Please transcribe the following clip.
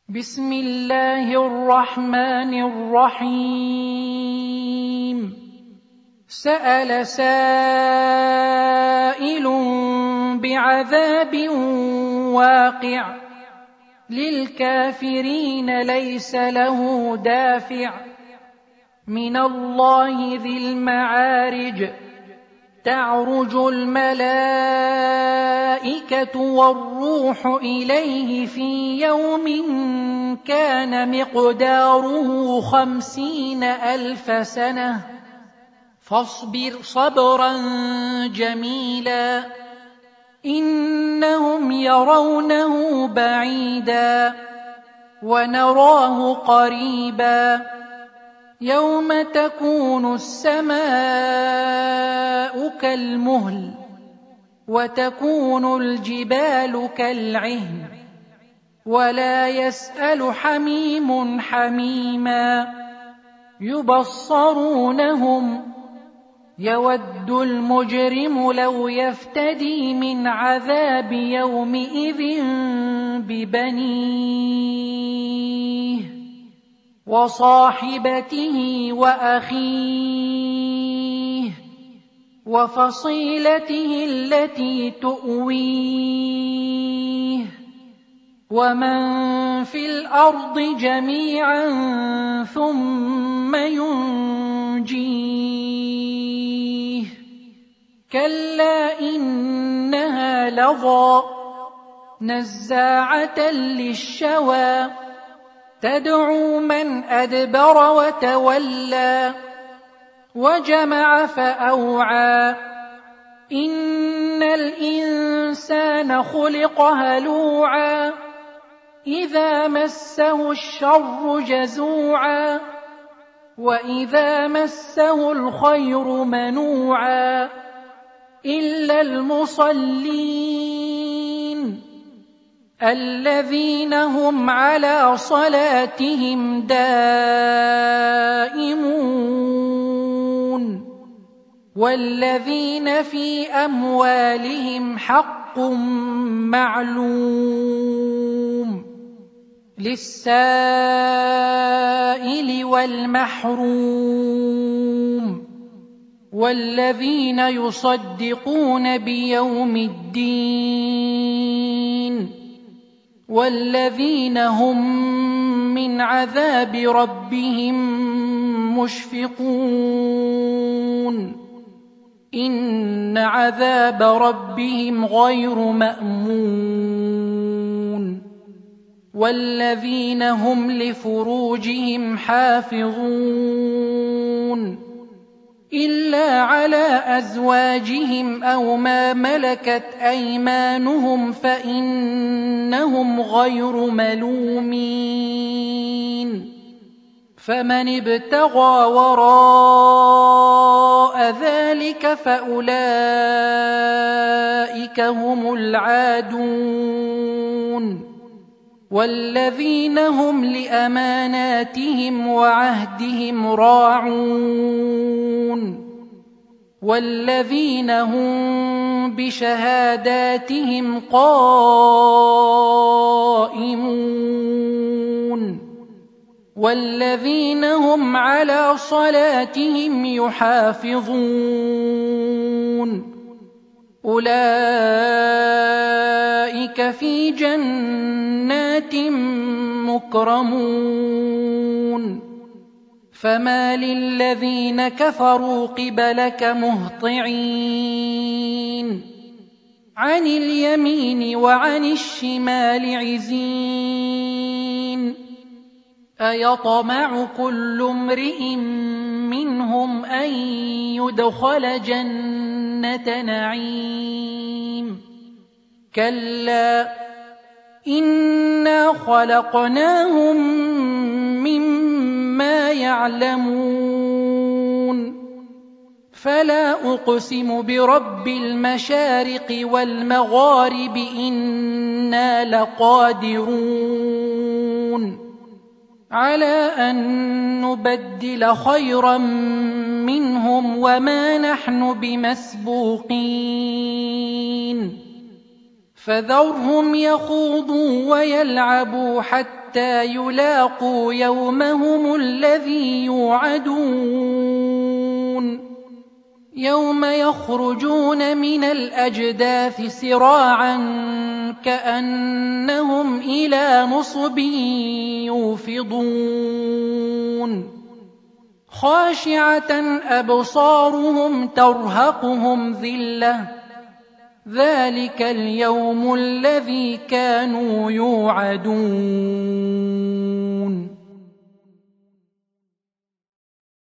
بسم الله الرحمن الرحيم. سأل سائل بعذاب واقع للكافرين ليس له دافع من الله ذي المعارج. تعرج الملائكة والروح إليه في يوم كان مقداره 50,000 سنة فاصبر صبرا جميلا إنهم يرونه بعيدا ونراه قريبا يوم تكون السماء كالمهل وتكون الجبال كالعهن ولا يسأل حميم حميما يبصرونهم يود المجرم لو يفتدي من عذاب يومئذ ببنيه وصاحبته وأخيه وفصيلته التي تؤويه ومن في الأرض جميعا ثم ينجيه كلا إنها لظى نزاعة للشوى تدعو من أدبر وتولى وجمع فأوعى إن الإنسان خلق هلوعا إذا مسه الشر جزوعا وإذا مسه الخير منوعا إلا المصلين الذين هم على صلاتهم دائمون والذين في أموالهم حق معلوم للسائل والمحروم والذين يصدقون بيوم الدين والذين هم من عذاب ربهم مشفقون إن عذاب ربهم غير مأمون والذين هم لفروجهم حافظون إلا على أزواجهم أو ما ملكت أيمانهم فإنهم غير ملومين فمن ابتغى وراء ذلك فأولئك هم العادون والذين هم لأماناتهم وعهدهم راعون والذين هم بشهاداتهم قائمون والذين هم على صلاتهم يحافظون أولئك في جنات مكرمون فما للذين كفروا قبلك مهطعين عن اليمين وعن الشمال عزين أيطمع كل امرئ منهم أن يدخل جنة نعيم كلا إنا خلقناهم مما يعلمون فلا أقسم برب المشارق والمغارب إنا لقادرون على أن نبدل خيرا منهم وما نحن بمسبوقين فذرهم يخوضوا ويلعبوا حتى يلاقوا يومهم الذي يوعدون يوم يخرجون من الأجداث سراعا كأنهم إلى نصب يوفضون خاشعة أبصارهم ترهقهم ذلة ذلك اليوم الذي كانوا يوعدون